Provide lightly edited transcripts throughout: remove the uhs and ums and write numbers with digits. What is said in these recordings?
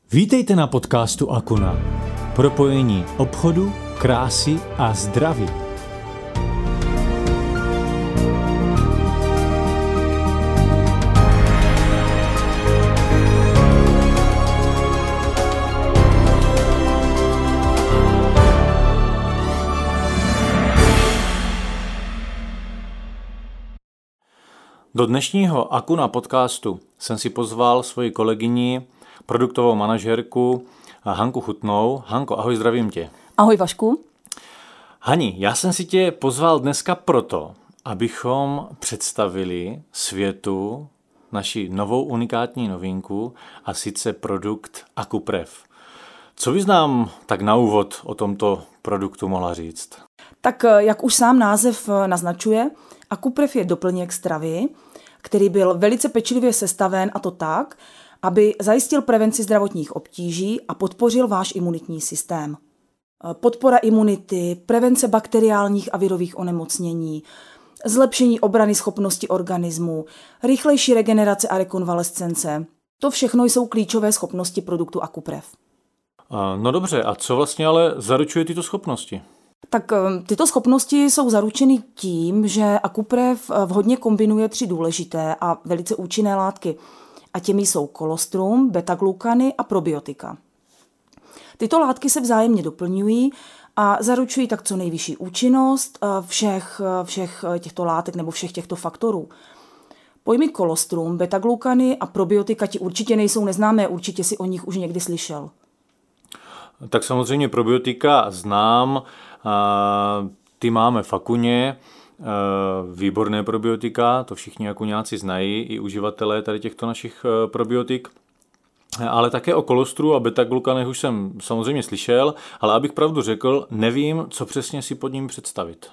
Vítejte na podcastu Akuna. Propojení obchodu, krásy a zdraví. Do dnešního Akuna podcastu jsem si pozval svoji kolegyni, produktovou manažerku Hanku Chutnou. Hanko, ahoj, zdravím tě. Ahoj Vašku. Hani, já jsem si tě pozval dneska proto, abychom představili světu naši novou unikátní novinku, a sice produkt Akuprev. Co bys nám tak na úvod o tomto produktu mohla říct? Tak jak už sám název naznačuje, Akuprev je doplněk stravy, který byl velice pečlivě sestaven, a to tak, aby zajistil prevenci zdravotních obtíží a podpořil váš imunitní systém. Podpora imunity, prevence bakteriálních a virových onemocnění, zlepšení obrany schopnosti organismu, rychlejší regenerace a rekonvalescence. To všechno jsou klíčové schopnosti produktu Akuprev. No dobře, a co vlastně ale zaručuje tyto schopnosti? Tak tyto schopnosti jsou zaručeny tím, že Akuprev vhodně kombinuje 3 důležité a velice účinné látky. A těmi jsou kolostrum, beta-glukany a probiotika. Tyto látky se vzájemně doplňují a zaručují tak co nejvyšší účinnost všech těchto látek nebo všech těchto faktorů. Pojmy kolostrum, beta-glukany a probiotika ti určitě nejsou neznámé, určitě si o nich už někdy slyšel. Tak samozřejmě probiotika znám, ty máme v Akuně, výborné probiotika, to všichni akuňáci znají, i uživatelé tady těchto našich probiotik. Ale také o kolostru a beta-glukanech už jsem samozřejmě slyšel, ale abych pravdu řekl, nevím, co přesně si pod ním představit.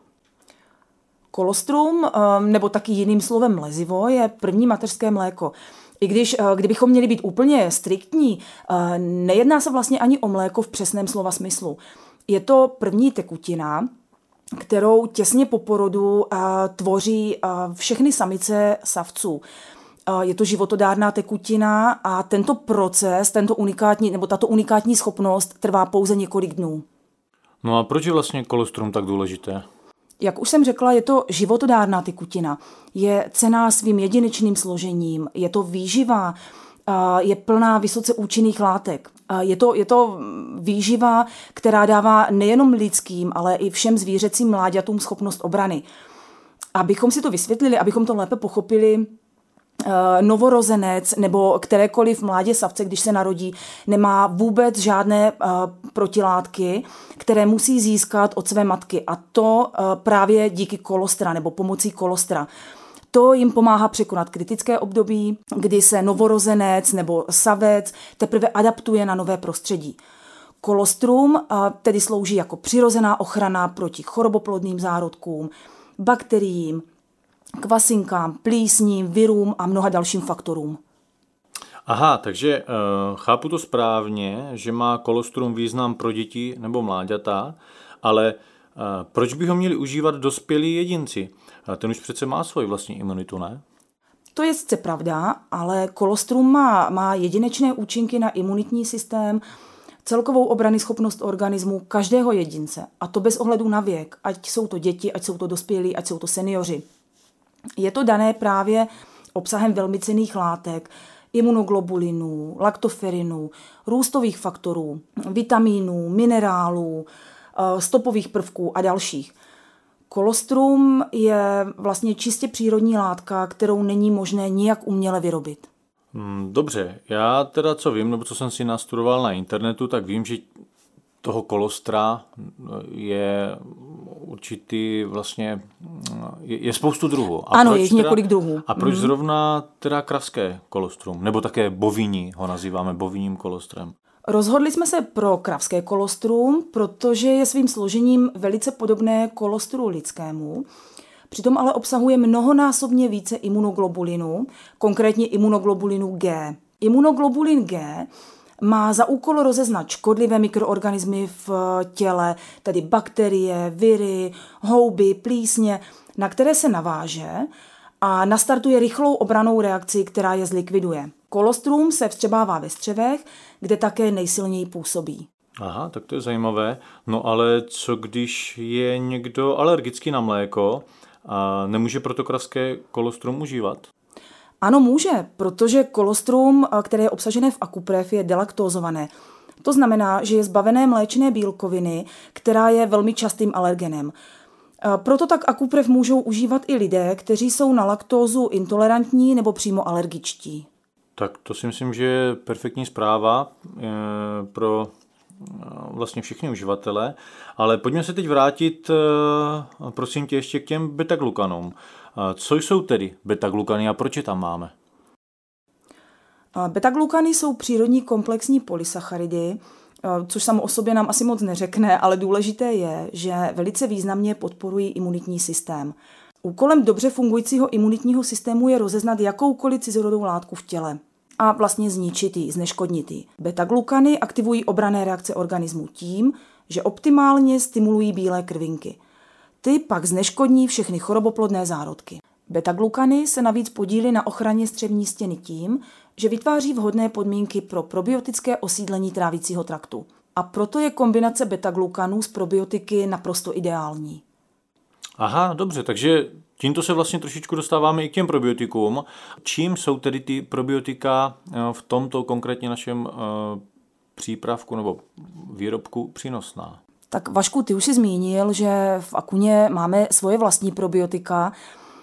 Kolostrum, nebo taky jiným slovem mlezivo, je první mateřské mléko. I kdybychom měli být úplně striktní, nejedná se vlastně ani o mléko v přesném slova smyslu. Je to první tekutina, kterou těsně po porodu tvoří všechny samice savců. Je to životodárná tekutina a tento proces, tato unikátní schopnost trvá pouze několik dnů. No a proč je vlastně kolostrum tak důležité? Jak už jsem řekla, je to životodárná tekutina. Je cenná svým jedinečným složením, je to výživá, je plná vysoce účinných látek. Je to výživa, která dává nejenom lidským, ale i všem zvířecím mláďatům schopnost obrany. Abychom si to vysvětlili, abychom to lépe pochopili, novorozenec nebo kterékoliv mládě savce, když se narodí, nemá vůbec žádné protilátky, které musí získat od své matky. A to právě díky kolostra nebo pomocí kolostra. To jim pomáhá překonat kritické období, kdy se novorozenec nebo savec teprve adaptuje na nové prostředí. Kolostrum tedy slouží jako přirozená ochrana proti choroboplodným zárodkům, bakteriím, kvasinkám, plísním, virům a mnoha dalším faktorům. Aha, takže chápu to správně, že má kolostrum význam pro děti nebo mláďata, ale proč by ho měli užívat dospělí jedinci? Ten už přece má svoji vlastní imunitu, ne? To je sice pravda, ale kolostrum má jedinečné účinky na imunitní systém, celkovou obranyschopnost organismu každého jedince. A to bez ohledu na věk, ať jsou to děti, ať jsou to dospělí, ať jsou to seniori. Je to dané právě obsahem velmi cenných látek, imunoglobulinů, laktoferinů, růstových faktorů, vitamínů, minerálů, stopových prvků a dalších. Kolostrum je vlastně čistě přírodní látka, kterou není možné nijak uměle vyrobit. Dobře, já teda co vím, nebo co jsem si nastudoval na internetu, tak vím, že toho kolostra je určitý vlastně, je spoustu druhů. Ano, je několik druhů. A proč zrovna teda kravské kolostrum, nebo také bovíní, ho nazýváme bovíním kolostrem? Rozhodli jsme se pro kravské kolostrum, protože je svým složením velice podobné kolostru lidskému. Přitom ale obsahuje mnohonásobně více imunoglobulinů, konkrétně imunoglobulinu G. Imunoglobulin G má za úkol rozeznat škodlivé mikroorganismy v těle, tedy bakterie, viry, houby, plísně, na které se naváže a nastartuje rychlou obrannou reakci, která je zlikviduje. Kolostrum se vstřebává ve střevech, kde také nejsilněji působí. Aha, tak to je zajímavé. No ale co když je někdo alergický na mléko a nemůže protokravské kolostrum užívat? Ano, může, protože kolostrum, které je obsažené v Akuprev, je delaktózované. To znamená, že je zbavené mléčné bílkoviny, která je velmi častým alergenem. Proto tak Akuprev můžou užívat i lidé, kteří jsou na laktózu intolerantní nebo přímo alergičtí. Tak to si myslím, že je perfektní zpráva pro vlastně všechny uživatele, ale pojďme se teď vrátit, prosím tě, ještě k těm beta-glukanům. Co jsou tedy beta-glukany a proč je tam máme? Beta-glukany jsou přírodní komplexní polysacharidy, což samo o sobě nám asi moc neřekne, ale důležité je, že velice významně podporují imunitní systém. Úkolem dobře fungujícího imunitního systému je rozeznat jakoukoliv cizorodou látku v těle a vlastně zničit ji, zneškodnit ji. Beta-glukany aktivují obranné reakce organismu tím, že optimálně stimulují bílé krvinky. Ty pak zneškodní všechny choroboplodné zárodky. Beta-glukany se navíc podílí na ochraně střevní stěny tím, že vytváří vhodné podmínky pro probiotické osídlení trávicího traktu. A proto je kombinace beta-glukanů s probiotiky naprosto ideální. Aha, dobře, takže tímto se vlastně trošičku dostáváme i k těm probiotikům. Čím jsou tedy ty probiotika v tomto konkrétně našem přípravku nebo výrobku přínosná? Tak Vašku, ty už jsi zmínil, že v Akuně máme svoje vlastní probiotika.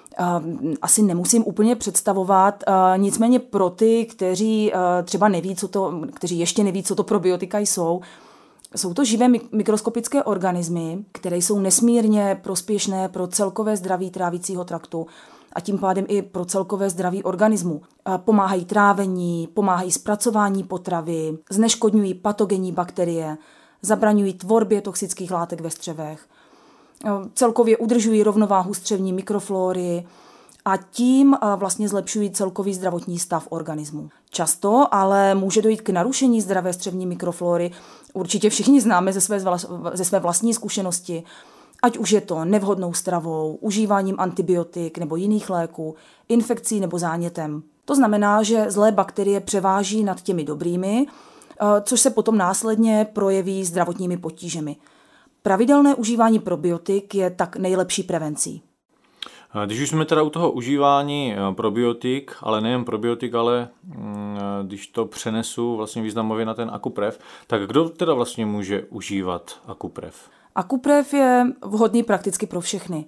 Asi nemusím úplně představovat, nicméně pro ty, kteří třeba neví, kteří ještě neví, co to probiotika jsou to živé mikroskopické organismy, které jsou nesmírně prospěšné pro celkové zdraví trávicího traktu a tím pádem i pro celkové zdraví organismu. Pomáhají trávení, pomáhají zpracování potravy, zneškodňují patogenní bakterie, zabraňují tvorbě toxických látek ve střevech, celkově udržují rovnováhu střevní mikroflóry a tím vlastně zlepšují celkový zdravotní stav organismu. Často ale může dojít k narušení zdravé střevní mikroflóry. Určitě všichni známe ze své vlastní zkušenosti, ať už je to nevhodnou stravou, užíváním antibiotik nebo jiných léků, infekcí nebo zánětem. To znamená, že zlé bakterie převáží nad těmi dobrými, což se potom následně projeví zdravotními potížemi. Pravidelné užívání probiotik je tak nejlepší prevencí. Když už jsme teda u toho užívání probiotik, ale nejen probiotik, ale když to přenesu vlastně významově na ten Akuprev, tak kdo teda vlastně může užívat Akuprev? Akuprev je vhodný prakticky pro všechny.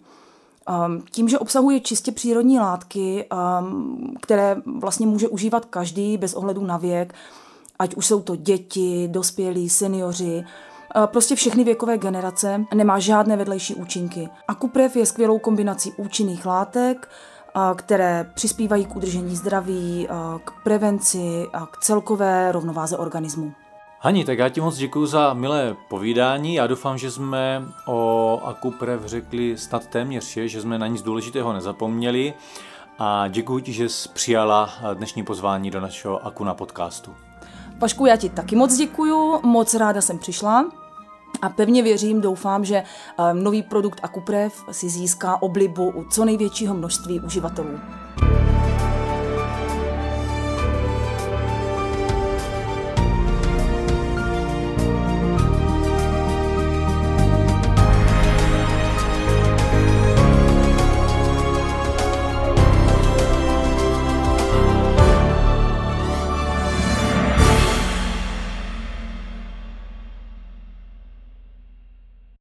Tím, že obsahuje čistě přírodní látky, které vlastně může užívat každý bez ohledu na věk, ať už jsou to děti, dospělí, seniori, prostě všechny věkové generace, nemá žádné vedlejší účinky. Akuprev je skvělou kombinací účinných látek, které přispívají k udržení zdraví, k prevenci a k celkové rovnováze organismu. Hani, tak já ti moc děkuji za milé povídání. Já doufám, že jsme o Akuprev řekli snad téměř vše, že jsme na nic důležitého nezapomněli. A děkuji ti, že jsi přijala dnešní pozvání do našeho Akuna podcastu. Vašku, já ti taky moc děkuju, moc ráda jsem přišla a pevně věřím, doufám, že nový produkt Akuprev si získá oblibu u co největšího množství uživatelů.